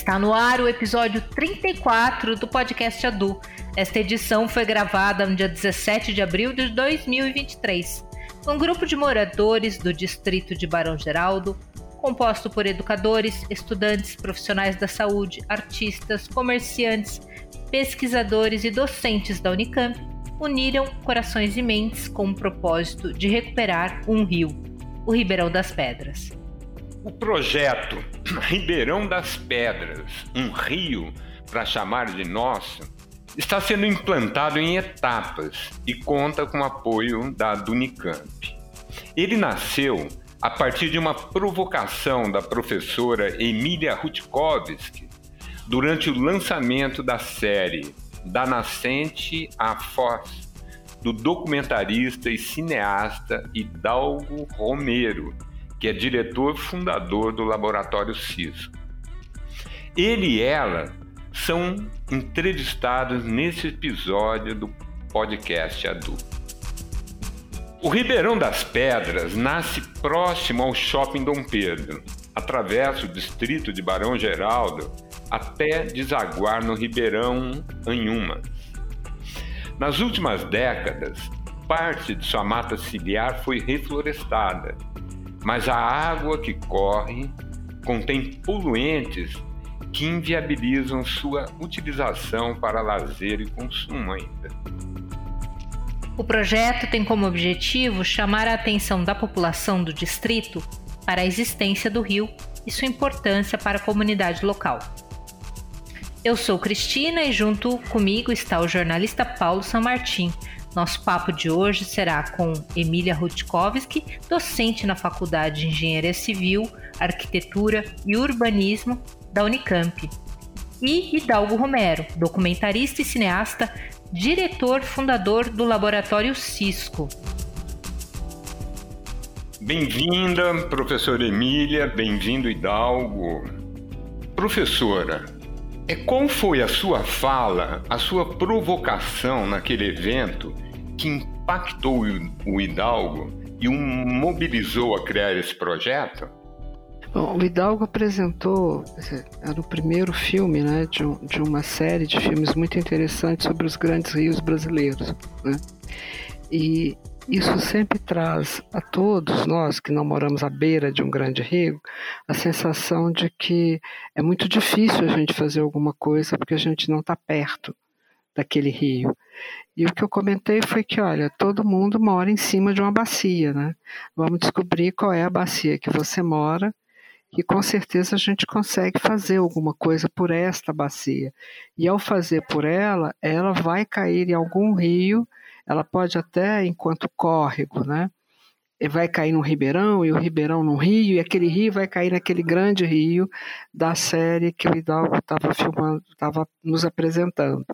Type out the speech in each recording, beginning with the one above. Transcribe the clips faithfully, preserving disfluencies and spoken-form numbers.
Está no ar o episódio trinta e quatro do podcast Adu. Esta edição foi gravada no dia dezessete de abril de dois mil e vinte e três. Um grupo de moradores do distrito de Barão Geraldo, composto por educadores, estudantes, profissionais da saúde, artistas, comerciantes, pesquisadores e docentes da Unicamp, uniram corações e mentes com o propósito de recuperar um rio, o Ribeirão das Pedras. O projeto Ribeirão das Pedras, um rio para chamar de nosso, está sendo implantado em etapas e conta com o apoio da Unicamp. Ele nasceu a partir de uma provocação da professora Emília Rutkovski durante o lançamento da série Da Nascente à Foz, do documentarista e cineasta Hidalgo Romero, que é diretor fundador do Laboratório Cisco. Ele e ela são entrevistados nesse episódio do podcast Adu. O Ribeirão das Pedras nasce próximo ao Shopping Dom Pedro, atravessa o distrito de Barão Geraldo até desaguar no Ribeirão Anhumas. Nas últimas décadas, parte de sua mata ciliar foi reflorestada, mas a água que corre contém poluentes que inviabilizam sua utilização para lazer e consumo ainda. O projeto tem como objetivo chamar a atenção da população do distrito para a existência do rio e sua importância para a comunidade local. Eu sou Cristina e junto comigo está o jornalista Paulo Sanmartin. Nosso papo de hoje será com Emília Rutkovski, docente na Faculdade de Engenharia Civil, Arquitetura e Urbanismo da Unicamp, e Hidalgo Romero, documentarista e cineasta, diretor fundador do Laboratório Cisco. Bem-vinda, professora Emília, bem-vindo, Hidalgo. Professora, qual foi a sua fala, a sua provocação naquele evento que impactou o Hidalgo e o mobilizou a criar esse projeto? Bom, o Hidalgo apresentou, era o primeiro filme, né, de, um, de uma série de filmes muito interessantes sobre os grandes rios brasileiros, né? E isso sempre traz a todos nós que não moramos à beira de um grande rio a sensação de que é muito difícil a gente fazer alguma coisa porque a gente não está perto daquele rio. E o que eu comentei foi que, olha, todo mundo mora em cima de uma bacia, né? Vamos descobrir qual é a bacia que você mora e com certeza a gente consegue fazer alguma coisa por esta bacia. E ao fazer por ela, ela vai cair em algum rio. Ela pode até, enquanto córrego, né? Vai cair num ribeirão, e o ribeirão num rio, e aquele rio vai cair naquele grande rio da série que o Hidalgo estava filmando, estava nos apresentando.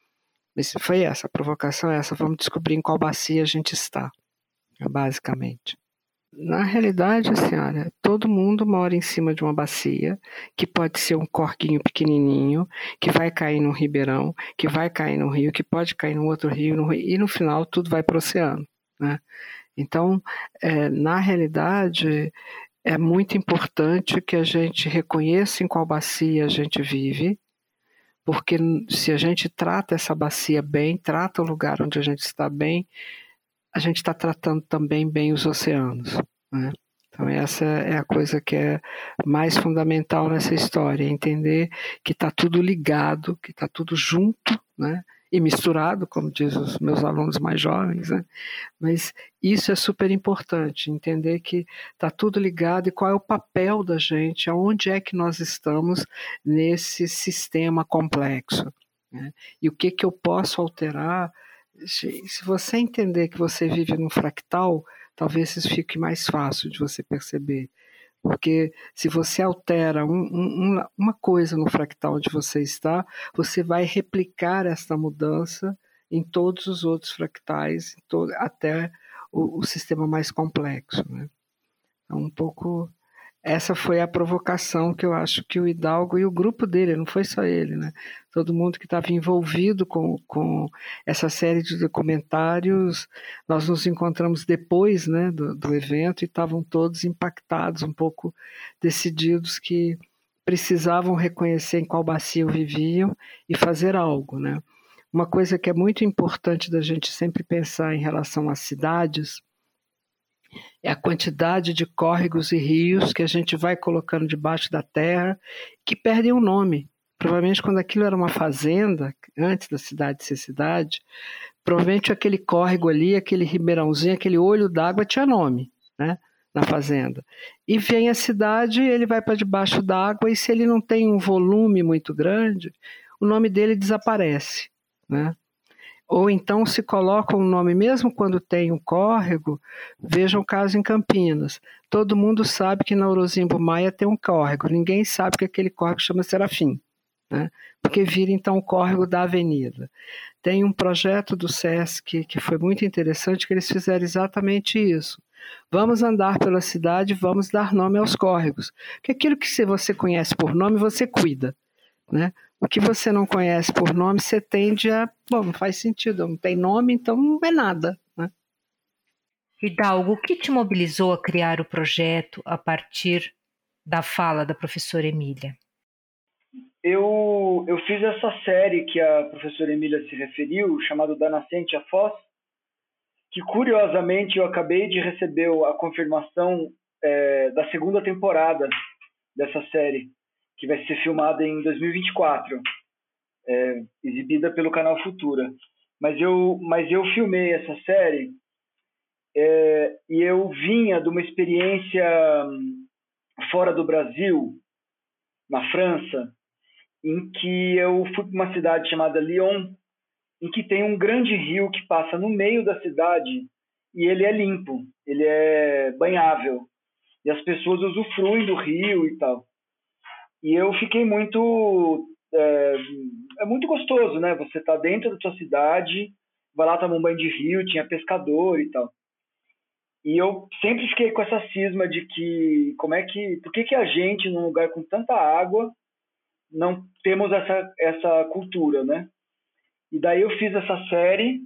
Mas foi essa, a provocação é essa, vamos descobrir em qual bacia a gente está, basicamente. Na realidade, assim, olha, todo mundo mora em cima de uma bacia, que pode ser um corguinho pequenininho, que vai cair num ribeirão, que vai cair num rio, que pode cair num outro rio, num rio e no final tudo vai para o oceano, né? Então, é, na realidade, é muito importante que a gente reconheça em qual bacia a gente vive, porque se a gente trata essa bacia bem, trata o lugar onde a gente está bem, a gente está tratando também bem os oceanos, né? Então essa é a coisa que é mais fundamental nessa história, entender que está tudo ligado, que está tudo junto, né? E misturado, como diz os meus alunos mais jovens, né? Mas isso é super importante, entender que está tudo ligado e qual é o papel da gente, aonde é que nós estamos nesse sistema complexo, né? E o que, que eu posso alterar. Se você entender que você vive num fractal, talvez isso fique mais fácil de você perceber. Porque se você altera um, um, uma coisa no fractal onde você está, você vai replicar essa mudança em todos os outros fractais, todo, até o, o sistema mais complexo, né? Então, um pouco... Essa foi a provocação que eu acho que o Hidalgo e o grupo dele, não foi só ele, né? Todo mundo que estava envolvido com, com essa série de documentários, nós nos encontramos depois, né, do, do evento e estavam todos impactados, um pouco decididos que precisavam reconhecer em qual bacio viviam e fazer algo, né? Uma coisa que é muito importante da gente sempre pensar em relação às cidades é a quantidade de córregos e rios que a gente vai colocando debaixo da terra que perdem o nome. Provavelmente quando aquilo era uma fazenda, antes da cidade ser cidade, provavelmente aquele córrego ali, aquele ribeirãozinho, aquele olho d'água tinha nome, né, na fazenda. E vem a cidade, ele vai para debaixo d'água e se ele não tem um volume muito grande, o nome dele desaparece, né? Ou então se coloca um nome, mesmo quando tem um córrego, vejam o caso em Campinas. Todo mundo sabe que na Orozimbo Maia tem um córrego, ninguém sabe que aquele córrego chama Serafim, né? Porque vira então o córrego da avenida. Tem um projeto do SESC que foi muito interessante, que eles fizeram exatamente isso. Vamos andar pela cidade, vamos dar nome aos córregos. Porque aquilo que você conhece por nome, você cuida, né? O que você não conhece por nome, você tende a... Bom, não faz sentido, não tem nome, então não é nada, né? Hidalgo, o que te mobilizou a criar o projeto a partir da fala da professora Emília? Eu, eu fiz essa série que a professora Emília se referiu, chamada Da Nascente à Foz, que curiosamente eu acabei de receber a confirmação é, da segunda temporada dessa série, que vai ser filmada em dois mil e vinte e quatro, é, exibida pelo canal Futura. Mas eu, mas eu filmei essa série é, e eu vinha de uma experiência fora do Brasil, na França, em que eu fui para uma cidade chamada Lyon, em que tem um grande rio que passa no meio da cidade e ele é limpo, ele é banhável. E as pessoas usufruem do rio e tal. E eu fiquei muito... É, é muito gostoso, né? Você tá dentro da sua cidade, vai lá tomar um banho de rio, tinha pescador e tal. E eu sempre fiquei com essa cisma de que... como é que... por que que a gente, num lugar com tanta água, não temos essa, essa cultura, né? E daí eu fiz essa série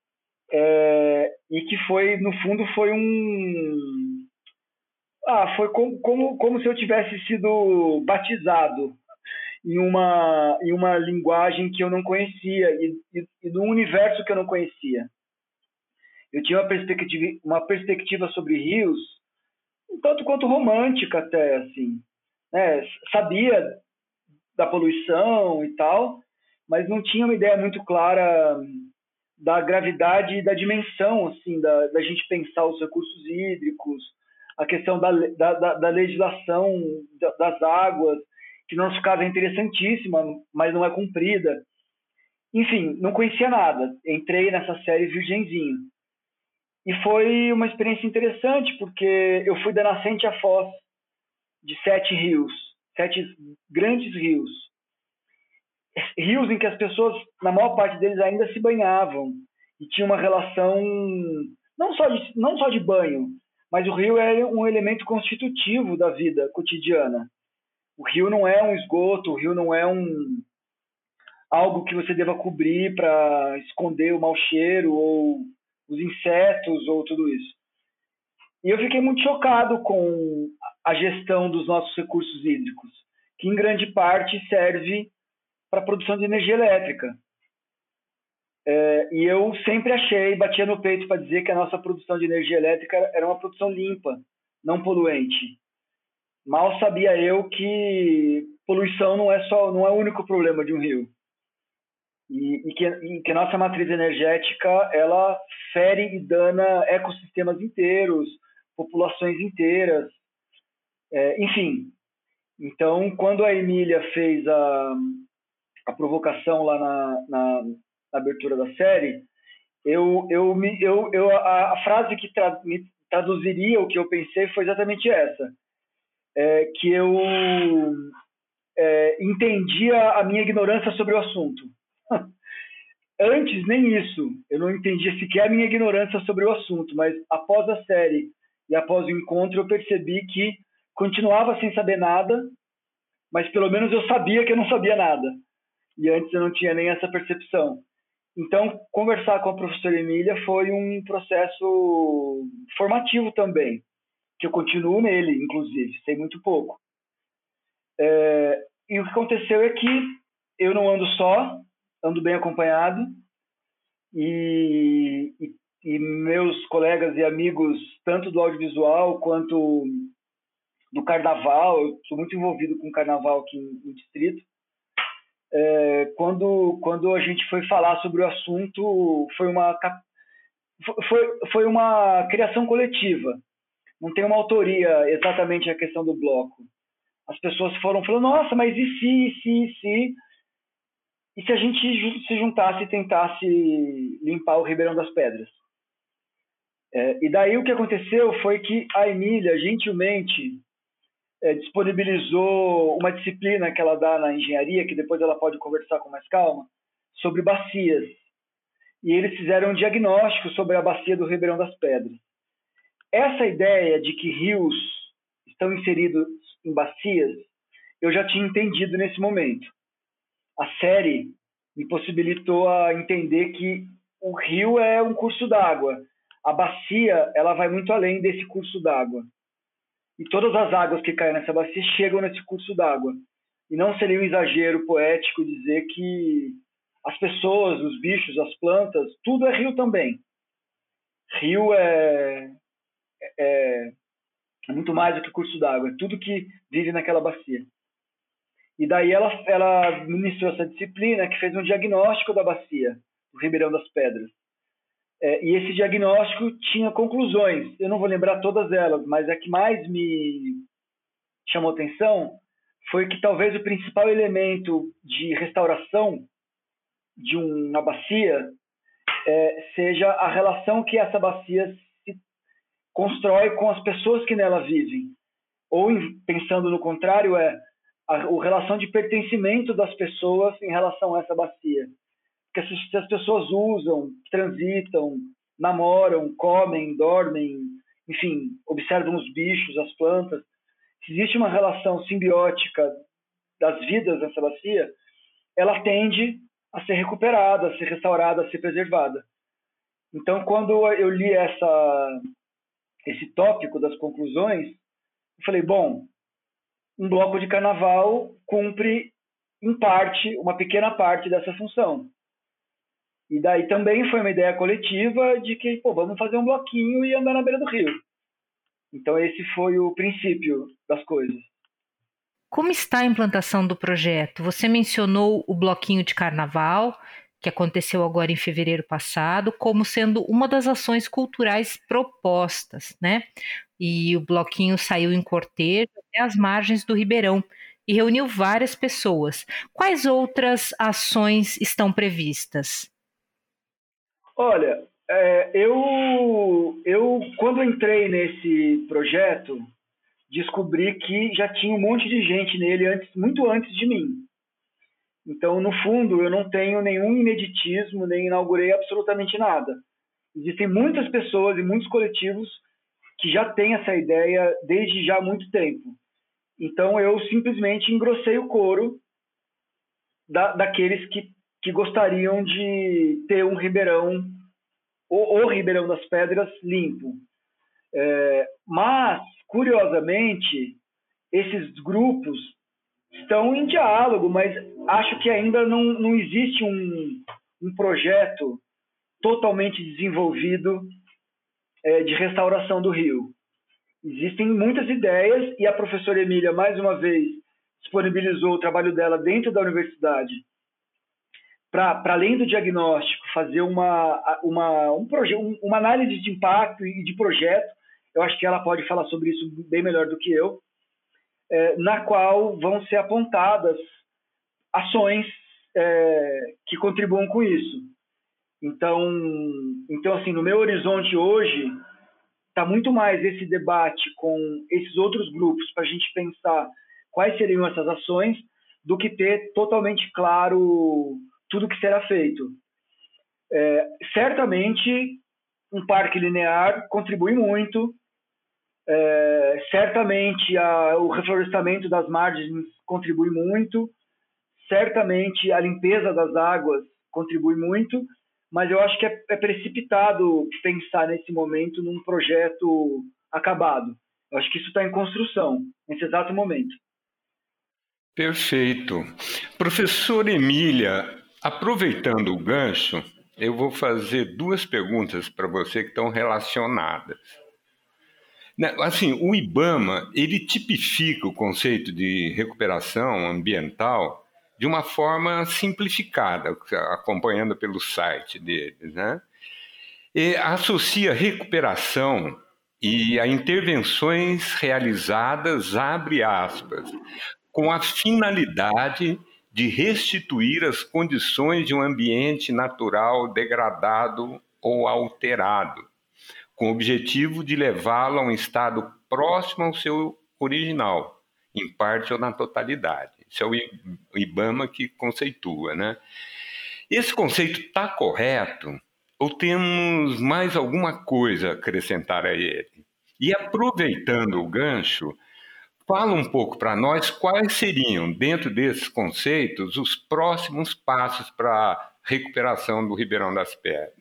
é, e que foi, no fundo, foi um... Ah, foi como, como, como se eu tivesse sido batizado em uma, em uma linguagem que eu não conhecia e, e, e num universo que eu não conhecia. Eu tinha uma perspectiva, uma perspectiva sobre rios um tanto quanto romântica até, assim, né? Sabia da poluição e tal, mas não tinha uma ideia muito clara da gravidade e da dimensão, assim, da, da gente pensar os recursos hídricos, a questão da, da, da legislação das águas, que no nosso caso é interessantíssima, mas não é cumprida. Enfim, não conhecia nada. Entrei nessa série virgenzinho. E foi uma experiência interessante, porque eu fui da nascente à foz de sete rios, sete grandes rios. Rios em que as pessoas, na maior parte deles, ainda se banhavam. E tinha uma relação, não só de, não só de banho, mas o rio é um elemento constitutivo da vida cotidiana. O rio não é um esgoto, o rio não é um algo que você deva cobrir para esconder o mau cheiro ou os insetos ou tudo isso. E eu fiquei muito chocado com a gestão dos nossos recursos hídricos, que em grande parte serve para a produção de energia elétrica. É, e eu sempre achei, batia no peito para dizer que a nossa produção de energia elétrica era uma produção limpa, não poluente. Mal sabia eu que poluição não é só, não é o único problema de um rio. E, e, que, e que a nossa matriz energética, ela fere e dana ecossistemas inteiros, populações inteiras, é, enfim. Então, quando a Emília fez a, a provocação lá na, na, na abertura da série, eu, eu, eu, eu, a, a frase que tra, me traduziria o que eu pensei foi exatamente essa. É, que eu é, entendia a minha ignorância sobre o assunto. Antes, nem isso. Eu não entendia sequer a minha ignorância sobre o assunto, mas após a série e após o encontro, eu percebi que continuava sem saber nada, mas pelo menos eu sabia que eu não sabia nada. E antes eu não tinha nem essa percepção. Então, conversar com a professora Emília foi um processo formativo também, que eu continuo nele, inclusive, sei muito pouco. É, e o que aconteceu é que eu não ando só, ando bem acompanhado, e, e, e meus colegas e amigos, tanto do audiovisual quanto do carnaval, eu sou muito envolvido com o carnaval aqui no distrito. É, quando, quando a gente foi falar sobre o assunto, foi uma, foi, foi uma criação coletiva. Não tem uma autoria exatamente a questão do bloco. As pessoas foram falando, nossa, mas e se, e se, e se? E se a gente se juntasse e tentasse limpar o Ribeirão das Pedras? É, e daí o que aconteceu foi que a Emília, gentilmente, é, disponibilizou uma disciplina que ela dá na engenharia, que depois ela pode conversar com mais calma, sobre bacias. E eles fizeram um diagnóstico sobre a bacia do Ribeirão das Pedras. Essa ideia de que rios estão inseridos em bacias, eu já tinha entendido nesse momento. A série me possibilitou a entender que o rio é um curso d'água. A bacia, ela vai muito além desse curso d'água. E todas as águas que caem nessa bacia chegam nesse curso d'água. E não seria um exagero poético dizer que as pessoas, os bichos, as plantas, tudo é rio também. Rio é, é, é muito mais do que curso d'água. É tudo que vive naquela bacia. E daí ela, ela ministrou essa disciplina que fez um diagnóstico da bacia, do Ribeirão das Pedras. É, e esse diagnóstico tinha conclusões. Eu não vou lembrar todas elas, mas a que mais me chamou atenção foi que talvez o principal elemento de restauração de uma bacia é, seja a relação que essa bacia se constrói com as pessoas que nela vivem. Ou, pensando no contrário, é a, a relação de pertencimento das pessoas em relação a essa bacia. Porque se as pessoas usam, transitam, namoram, comem, dormem, enfim, observam os bichos, as plantas, se existe uma relação simbiótica das vidas nessa bacia, ela tende a ser recuperada, a ser restaurada, a ser preservada. Então, quando eu li essa, esse tópico das conclusões, eu falei, bom, um bloco de carnaval cumpre, em parte, uma pequena parte dessa função. E daí também foi uma ideia coletiva de que, pô, vamos fazer um bloquinho e andar na beira do rio. Então esse foi o princípio das coisas. Como está a implantação do projeto? Você mencionou o bloquinho de carnaval, que aconteceu agora em fevereiro passado, como sendo uma das ações culturais propostas, né? E o bloquinho saiu em cortejo até as margens do Ribeirão e reuniu várias pessoas. Quais outras ações estão previstas? Olha, é, eu, eu, quando entrei nesse projeto, descobri que já tinha um monte de gente nele antes, muito antes de mim. Então, no fundo, eu não tenho nenhum ineditismo, nem inaugurei absolutamente nada. Existem muitas pessoas e muitos coletivos que já têm essa ideia desde já há muito tempo. Então, eu simplesmente engrossei o coro da, daqueles que que gostariam de ter um Ribeirão, o, o Ribeirão das Pedras limpo. É, mas, curiosamente, esses grupos estão em diálogo, mas acho que ainda não, não existe um, um projeto totalmente desenvolvido é, de restauração do rio. Existem muitas ideias e a professora Emília, mais uma vez, disponibilizou o trabalho dela dentro da universidade para, além do diagnóstico, fazer uma, uma, um proje- uma análise de impacto e de projeto. Eu acho que ela pode falar sobre isso bem melhor do que eu, é, na qual vão ser apontadas ações é, que contribuam com isso. Então, então, assim, no meu horizonte hoje, está muito mais esse debate com esses outros grupos para a gente pensar quais seriam essas ações do que ter totalmente claro tudo que será feito. É, certamente, um parque linear contribui muito, é, certamente a, o reflorestamento das margens contribui muito, certamente a limpeza das águas contribui muito, mas eu acho que é, é precipitado pensar nesse momento num projeto acabado. Eu acho que isso está em construção, nesse exato momento. Perfeito. Professor Emília, aproveitando o gancho, eu vou fazer duas perguntas para você que estão relacionadas. Assim, o IBAMA, ele tipifica o conceito de recuperação ambiental de uma forma simplificada, acompanhando pelo site deles, né? E associa recuperação e a intervenções realizadas, abre aspas, com a finalidade de restituir as condições de um ambiente natural degradado ou alterado, com o objetivo de levá-lo a um estado próximo ao seu original, em parte ou na totalidade. Isso é o IBAMA que conceitua, né? Esse conceito está correto ou temos mais alguma coisa a acrescentar a ele? E aproveitando o gancho, fala um pouco para nós quais seriam, dentro desses conceitos, os próximos passos para a recuperação do Ribeirão das Pedras.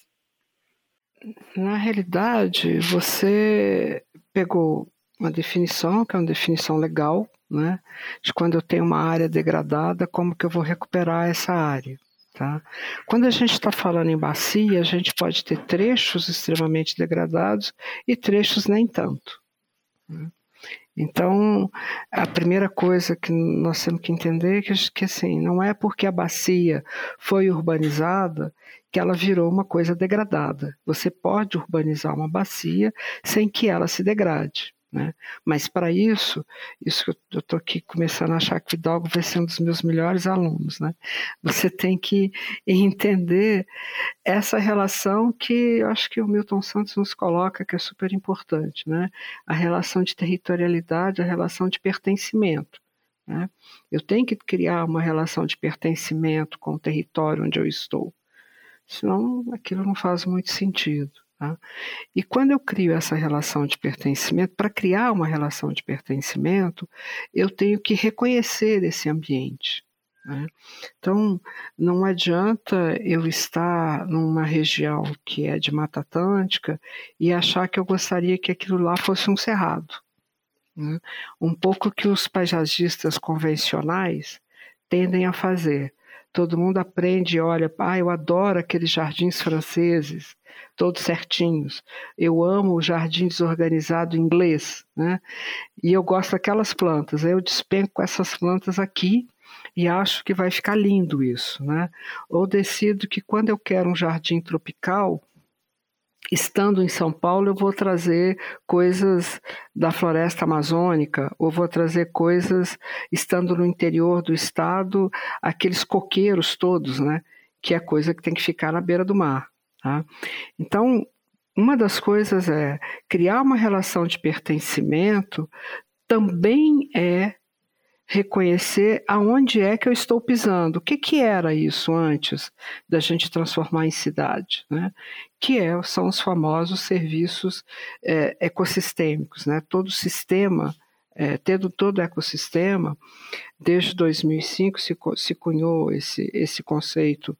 Na realidade, você pegou uma definição, que é uma definição legal, né, de quando eu tenho uma área degradada, como que eu vou recuperar essa área. Tá? Quando a gente está falando em bacia, a gente pode ter trechos extremamente degradados e trechos nem tanto. Né? Então, a primeira coisa que nós temos que entender é que, que assim, não é porque a bacia foi urbanizada que ela virou uma coisa degradada. Você pode urbanizar uma bacia sem que ela se degrade. Né? Mas para isso, isso que eu estou aqui começando a achar que o Hidalgo vai ser um dos meus melhores alunos, né? Você tem que entender essa relação que eu acho que o Milton Santos nos coloca, que é super importante, né? A relação de territorialidade, a relação de pertencimento. Né? Eu tenho que criar uma relação de pertencimento com o território onde eu estou, senão aquilo não faz muito sentido. Tá? E quando eu crio essa relação de pertencimento, para criar uma relação de pertencimento, eu tenho que reconhecer esse ambiente. Né? Então, não adianta eu estar numa região que é de Mata Atlântica e achar que eu gostaria que aquilo lá fosse um cerrado. Né? Um pouco que os paisagistas convencionais tendem a fazer. Todo mundo aprende e olha, ah, eu adoro aqueles jardins franceses, todos certinhos. Eu amo o jardim desorganizado inglês, né? E eu gosto daquelas plantas. Aí eu despenco com essas plantas aqui e acho que vai ficar lindo isso, né? Ou decido que quando eu quero um jardim tropical, estando em São Paulo, eu vou trazer coisas da floresta amazônica, ou vou trazer coisas, estando no interior do estado, aqueles coqueiros todos, né? Que é coisa que tem que ficar na beira do mar. Tá? Então, uma das coisas é criar uma relação de pertencimento, também é reconhecer aonde é que eu estou pisando. O que, que era isso antes da gente transformar em cidade? Né? Que é, são os famosos serviços é, ecossistêmicos. Né? Todo sistema, é, todo, todo ecossistema, desde dois mil e cinco se, se cunhou esse, esse conceito,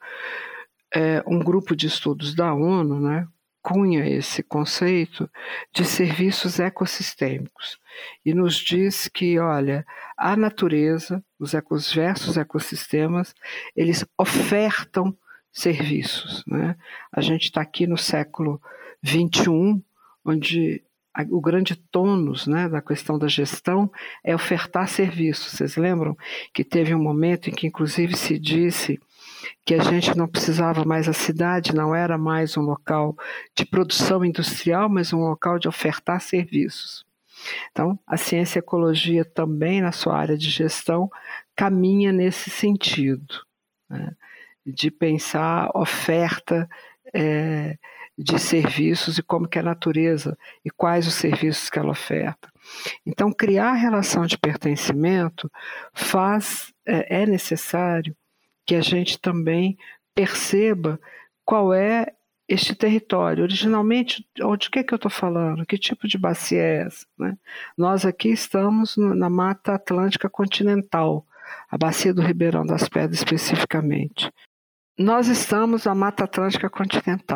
é, um grupo de estudos da ONU, né? cunha esse conceito de serviços ecossistêmicos e nos diz que, olha, a natureza, os diversos ecossistemas, eles ofertam serviços. Né? A gente está aqui no século vinte e um, onde o grande tônus, né, da questão da gestão é ofertar serviços. Vocês lembram que teve um momento em que, inclusive, se disse que a gente não precisava mais, a cidade não era mais um local de produção industrial, mas um local de ofertar serviços. Então, a ciência e a ecologia também, na sua área de gestão, caminha nesse sentido, né, de pensar oferta é, de serviços e como que é a natureza e quais os serviços que ela oferta. Então, criar a relação de pertencimento faz, é, é necessário que a gente também perceba qual é este território. Originalmente, de que, é que eu estou falando? Que tipo de bacia é essa? Né? Nós aqui estamos na Mata Atlântica Continental, a bacia do Ribeirão das Pedras especificamente. Nós estamos na Mata Atlântica Continental.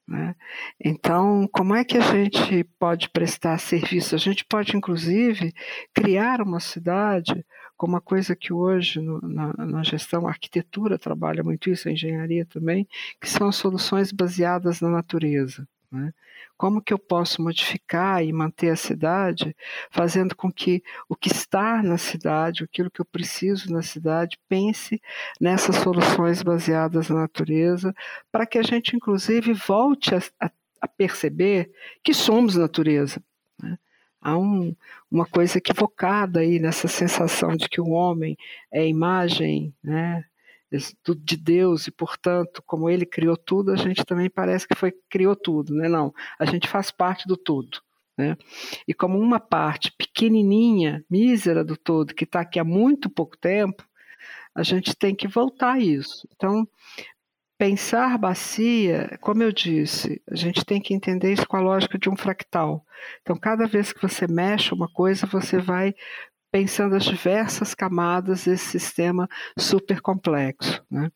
né? Então, como é que a gente pode prestar serviço? A gente pode, inclusive, criar uma cidade, como uma coisa que hoje no, na, na gestão, a arquitetura trabalha muito isso, a engenharia também, que são as soluções baseadas na natureza, né? Como que eu posso modificar e manter a cidade, fazendo com que o que está na cidade, aquilo que eu preciso na cidade, pense nessas soluções baseadas na natureza, para que a gente, inclusive, volte a, a, a perceber que somos natureza, né? Há um, uma coisa equivocada aí nessa sensação de que o homem é imagem, né, de Deus e, portanto, como ele criou tudo, a gente também parece que foi, criou tudo, né? Não, a gente faz parte do todo, né? E como uma parte pequenininha, mísera do todo, que está aqui há muito pouco tempo, a gente tem que voltar a isso. Então, pensar bacia, como eu disse, a gente tem que entender isso com a lógica de um fractal. Então, cada vez que você mexe uma coisa, você vai pensando as diversas camadas desse sistema super complexo, né?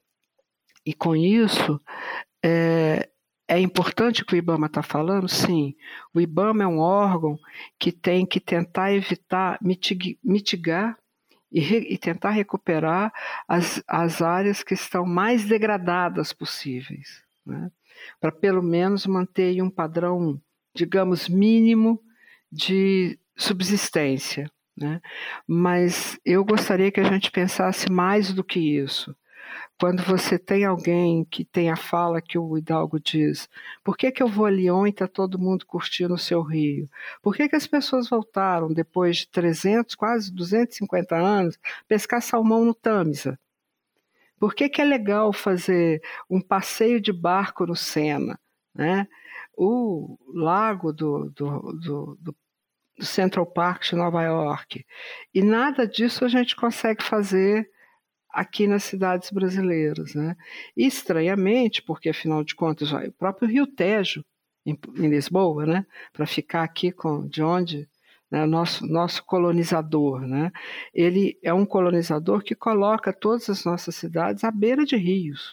E com isso, é, é importante que o IBAMA está falando? Sim, o IBAMA é um órgão que tem que tentar evitar, mitig, mitigar e, re, e tentar recuperar as, as áreas que estão mais degradadas possíveis, né? Para pelo menos manter um padrão, digamos, mínimo de subsistência, né? Mas eu gostaria que a gente pensasse mais do que isso. Quando você tem alguém que tem a fala que o Hidalgo diz, por que que eu vou a Lyon e está todo mundo curtindo o seu rio? Por que que as pessoas voltaram depois de trezentos, quase duzentos e cinquenta anos, pescar salmão no Tâmisa? Por que que é legal fazer um passeio de barco no Sena, né? O lago do, do, do, do do Central Park de Nova York. E nada disso a gente consegue fazer aqui nas cidades brasileiras, né? E, estranhamente, porque afinal de contas, o próprio Rio Tejo, em, em Lisboa, né? Para ficar aqui com, de onde, né? nosso, nosso colonizador, né? Ele é um colonizador que coloca todas as nossas cidades à beira de rios.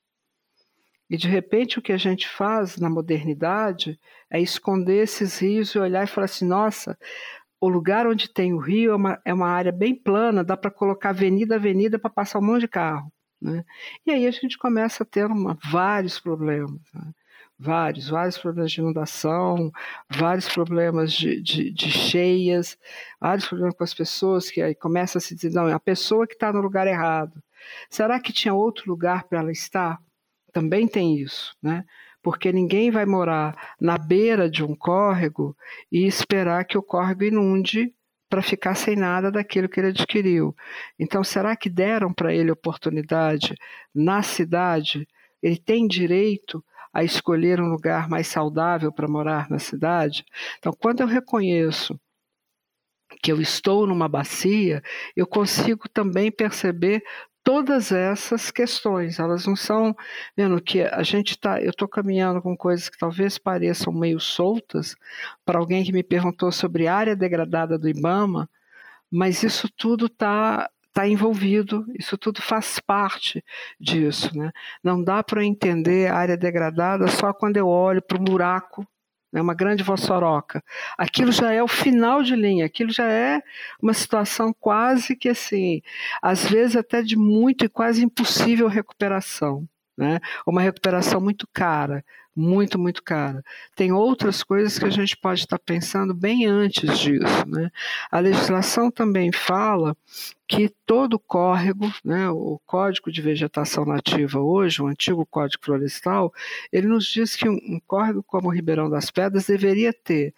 E, de repente, o que a gente faz na modernidade é esconder esses rios e olhar e falar assim, nossa, o lugar onde tem o rio é uma, é uma área bem plana, dá para colocar avenida, avenida para passar um monte de carro, né? E aí a gente começa a ter uma, vários problemas, né? Vários, vários problemas de inundação, vários problemas de, de, de cheias, vários problemas com as pessoas, que aí começa a se dizer, não, é a pessoa que está no lugar errado. Será que tinha outro lugar para ela estar? Também tem isso, né? Porque ninguém vai morar na beira de um córrego e esperar que o córrego inunde para ficar sem nada daquilo que ele adquiriu. Então, será que deram para ele oportunidade na cidade? Ele tem direito a escolher um lugar mais saudável para morar na cidade? Então, quando eu reconheço que eu estou numa bacia, eu consigo também perceber todas essas questões. Elas não são, vendo que a gente tá, eu estou caminhando com coisas que talvez pareçam meio soltas para alguém que me perguntou sobre a área degradada do IBAMA, mas isso tudo está tá envolvido, isso tudo faz parte disso, né? Não dá para entender a área degradada só quando eu olho para o buraco, né, uma grande vossoroca. Aquilo já é o final de linha, aquilo já é uma situação quase que assim, às vezes até de muito e quase impossível recuperação, né? Uma recuperação muito cara, muito, muito cara. Tem outras coisas que a gente pode estar pensando bem antes disso, né? A legislação também fala que todo córrego, né, o Código de Vegetação Nativa hoje, o antigo Código Florestal, ele nos diz que um, um córrego como o Ribeirão das Pedras deveria ter,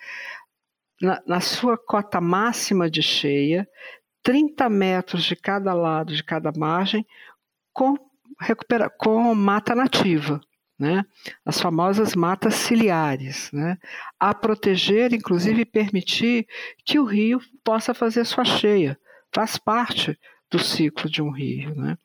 na, na sua cota máxima de cheia, trinta metros de cada lado, de cada margem, com, recupera, com mata nativa, né? As famosas matas ciliares, né? A proteger, inclusive, e permitir que o rio possa fazer sua cheia. Faz parte do ciclo de um rio, né?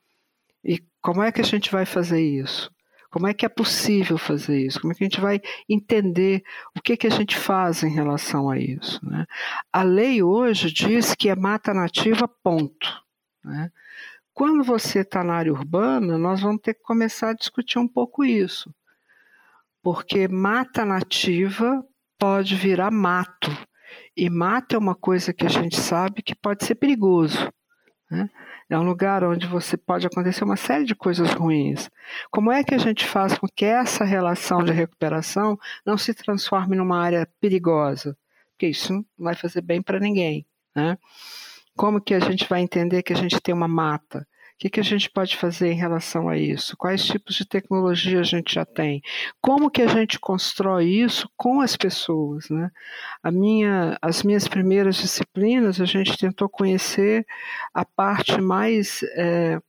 E como é que a gente vai fazer isso? Como é que é possível fazer isso? Como é que a gente vai entender o que, que a gente faz em relação a isso, né? A lei hoje diz que é mata nativa, ponto, né? Quando você está na área urbana, nós vamos ter que começar a discutir um pouco isso. porque mata nativa pode virar mato, e mato é uma coisa que a gente sabe que pode ser perigoso, né? É um lugar onde você pode acontecer uma série de coisas ruins. Como é que a gente faz com que essa relação de recuperação não se transforme numa área perigosa? Porque isso não vai fazer bem para ninguém, né? Como que a gente vai entender que a gente tem uma mata? O que, que a gente pode fazer em relação a isso? Quais tipos de tecnologia a gente já tem? Como que a gente constrói isso com as pessoas, né? A minha, as minhas primeiras disciplinas, a gente tentou conhecer a parte mais... É,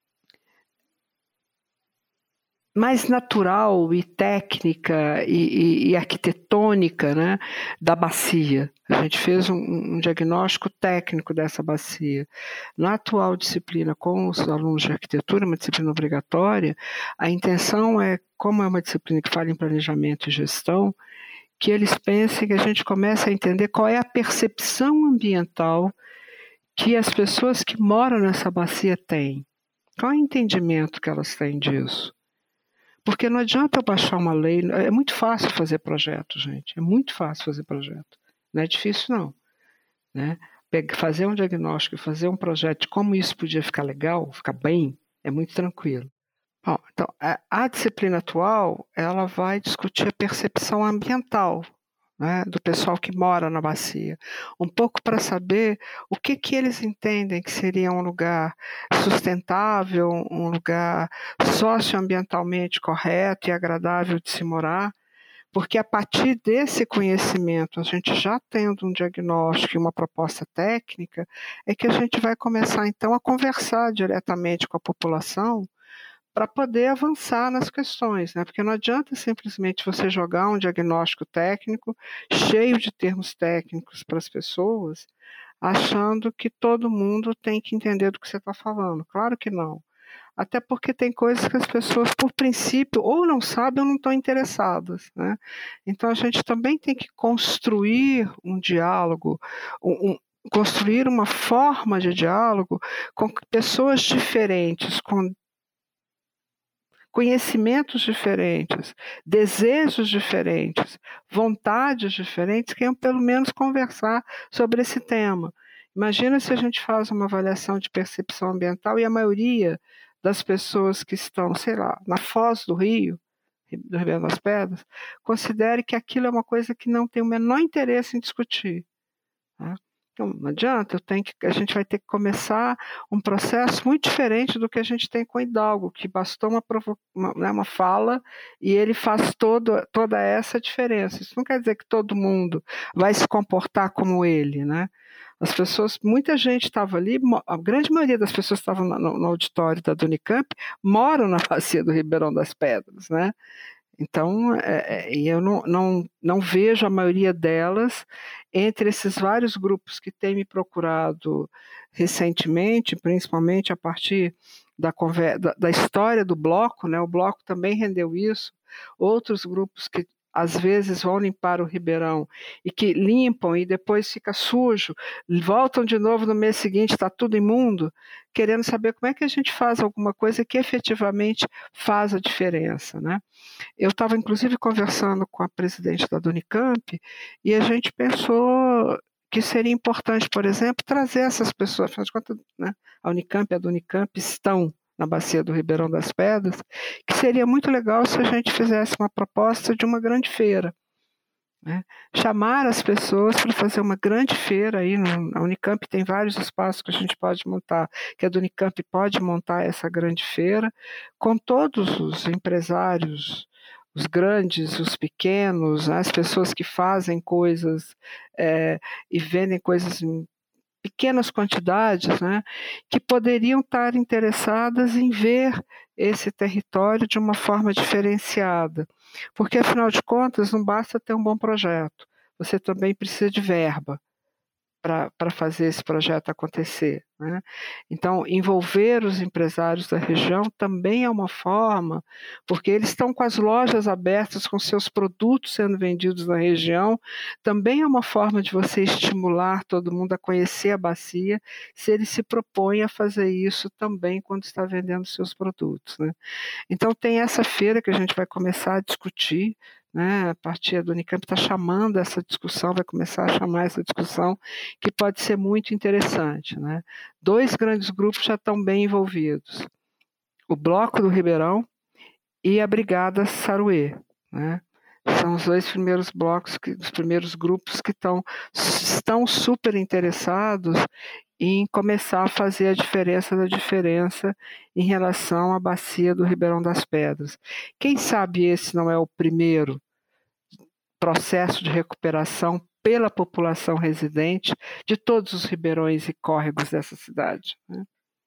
mais natural e técnica e, e, e arquitetônica, né, da bacia. A gente fez um, um diagnóstico técnico dessa bacia. Na atual disciplina com os alunos de arquitetura, uma disciplina obrigatória, a intenção é, como é uma disciplina que fala em planejamento e gestão, que eles pensem que a gente comece a entender qual é a percepção ambiental que as pessoas que moram nessa bacia têm. Qual é o entendimento que elas têm disso? Porque não adianta eu baixar uma lei, é muito fácil fazer projeto, gente, é muito fácil fazer projeto, não é difícil não, né? Fazer um diagnóstico e fazer um projeto de como isso podia ficar legal, ficar bem, é muito tranquilo. Bom, então, a disciplina atual, ela vai discutir a percepção ambiental, né, do pessoal que mora na bacia, um pouco para saber o que, que eles entendem que seria um lugar sustentável, um lugar socioambientalmente correto e agradável de se morar, porque a partir desse conhecimento, a gente já tendo um diagnóstico e uma proposta técnica, é que a gente vai começar então a conversar diretamente com a população para poder avançar nas questões, né? Porque não adianta simplesmente você jogar um diagnóstico técnico cheio de termos técnicos para as pessoas, achando que todo mundo tem que entender do que você está falando. Claro que não. Até porque tem coisas que as pessoas, por princípio, ou não sabem ou não estão interessadas, né? Então a gente também tem que construir um diálogo, um, um, construir uma forma de diálogo com pessoas diferentes, com conhecimentos diferentes, desejos diferentes, vontades diferentes, queiram pelo menos conversar sobre esse tema. Imagina se a gente faz uma avaliação de percepção ambiental e a maioria das pessoas que estão, sei lá, na foz do rio, do Ribeirão das Pedras, considere que aquilo é uma coisa que não tem o menor interesse em discutir, tá? Então, não adianta, eu tenho que, a gente vai ter que começar um processo muito diferente do que a gente tem com o Hidalgo, que bastou uma, uma, né, uma fala e ele faz todo, toda essa diferença. Isso não quer dizer que todo mundo vai se comportar como ele, né? As pessoas, muita gente estava ali, a grande maioria das pessoas que estavam no, no auditório da Unicamp moram na bacia do Ribeirão das Pedras, né? Então, é, eu não, não, não vejo a maioria delas entre esses vários grupos que têm me procurado recentemente, principalmente a partir da, da, da história do bloco, né? O bloco também rendeu isso, outros grupos que às vezes vão limpar o Ribeirão e que limpam e depois fica sujo, voltam de novo no mês seguinte, está tudo imundo, querendo saber como é que a gente faz alguma coisa que efetivamente faz a diferença, né? Eu estava inclusive conversando com a presidente da Unicamp e a gente pensou que seria importante, por exemplo, trazer essas pessoas, afinal de contas, né, a Unicamp e a Unicamp estão na bacia do Ribeirão das Pedras, que seria muito legal se a gente fizesse uma proposta de uma grande feira, né? Chamar as pessoas para fazer uma grande feira aí, no, a Unicamp tem vários espaços que a gente pode montar, que a Unicamp pode montar essa grande feira, com todos os empresários, os grandes, os pequenos, né, as pessoas que fazem coisas é, e vendem coisas em pequenas quantidades, né, que poderiam estar interessadas em ver esse território de uma forma diferenciada. Porque, afinal de contas, não basta ter um bom projeto, você também precisa de verba, para fazer esse projeto acontecer, né? Então, envolver os empresários da região também é uma forma, porque eles estão com as lojas abertas, com seus produtos sendo vendidos na região, também é uma forma de você estimular todo mundo a conhecer a bacia, se ele se propõe a fazer isso também quando está vendendo seus produtos, né? Então, tem essa feira que a gente vai começar a discutir, né? A partir do Unicamp está chamando essa discussão, vai começar a chamar essa discussão, que pode ser muito interessante, né? Dois grandes grupos já estão bem envolvidos, o Bloco do Ribeirão e a Brigada Saruê, né? São os dois primeiros blocos, que, os primeiros grupos que estão, estão super interessados em começar a fazer a diferença da diferença em relação à bacia do Ribeirão das Pedras. Quem sabe esse não é o primeiro processo de recuperação pela população residente de todos os ribeirões e córregos dessa cidade, né?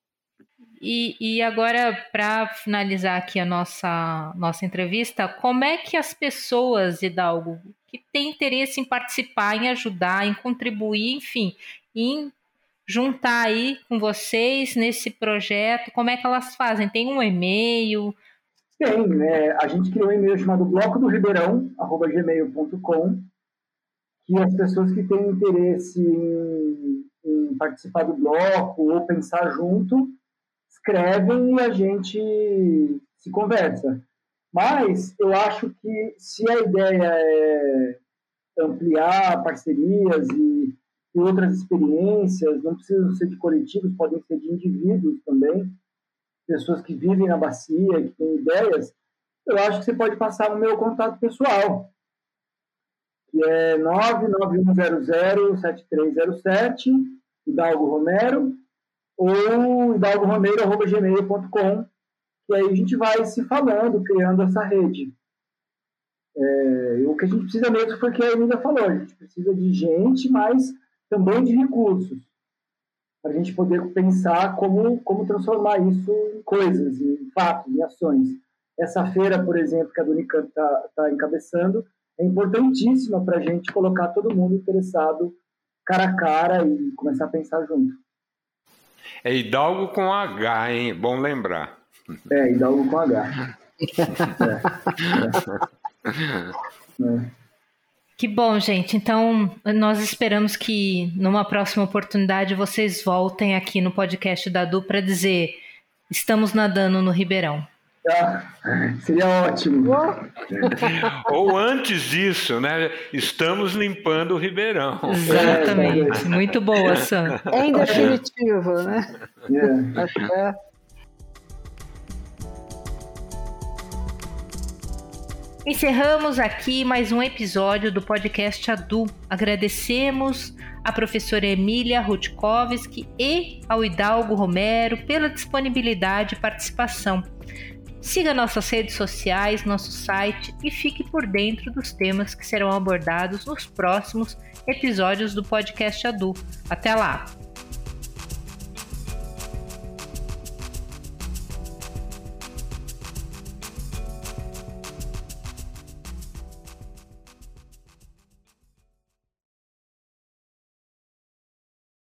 E, e agora, para finalizar aqui a nossa, nossa entrevista, como é que as pessoas, Hidalgo, que têm interesse em participar, em ajudar, em contribuir, enfim, em juntar aí com vocês nesse projeto, como é que elas fazem? Tem um e-mail? Tem, né? A gente criou um e-mail chamado bloco do ribeirão arroba gmail ponto com, que as pessoas que têm interesse em, em participar do bloco ou pensar junto, escrevem e a gente se conversa. Mas eu acho que se a ideia é ampliar parcerias e, e outras experiências, não precisam ser de coletivos, podem ser de indivíduos também, pessoas que vivem na bacia, que têm ideias, eu acho que você pode passar o meu contato pessoal, que é nove nove um zero zero sete três zero sete, Hidalgo Romero, ou hidalgo romero arroba gmail ponto com, e aí a gente vai se falando, criando essa rede. É, o que a gente precisa mesmo foi o que a Emília falou, a gente precisa de gente, mas também de recursos, para a gente poder pensar como, como transformar isso em coisas, em fatos, em ações. Essa feira, por exemplo, que a Unicamp está tá encabeçando, é importantíssima para a gente colocar todo mundo interessado cara a cara e começar a pensar junto. É Hidalgo com H, hein? Bom lembrar. É, Hidalgo com H. É. É. É. Que bom, gente. Então, nós esperamos que numa próxima oportunidade vocês voltem aqui no podcast da Du para dizer: estamos nadando no Ribeirão. Ah, seria ótimo. Ou antes disso, né? Estamos limpando o Ribeirão. Exatamente. É, muito boa, Sam. Em definitivo, né? É. É. Encerramos aqui mais um episódio do podcast Adu. Agradecemos à professora Emília Rutkovski e ao Hidalgo Romero pela disponibilidade e participação. Siga nossas redes sociais, nosso site e fique por dentro dos temas que serão abordados nos próximos episódios do podcast Adu. Até lá!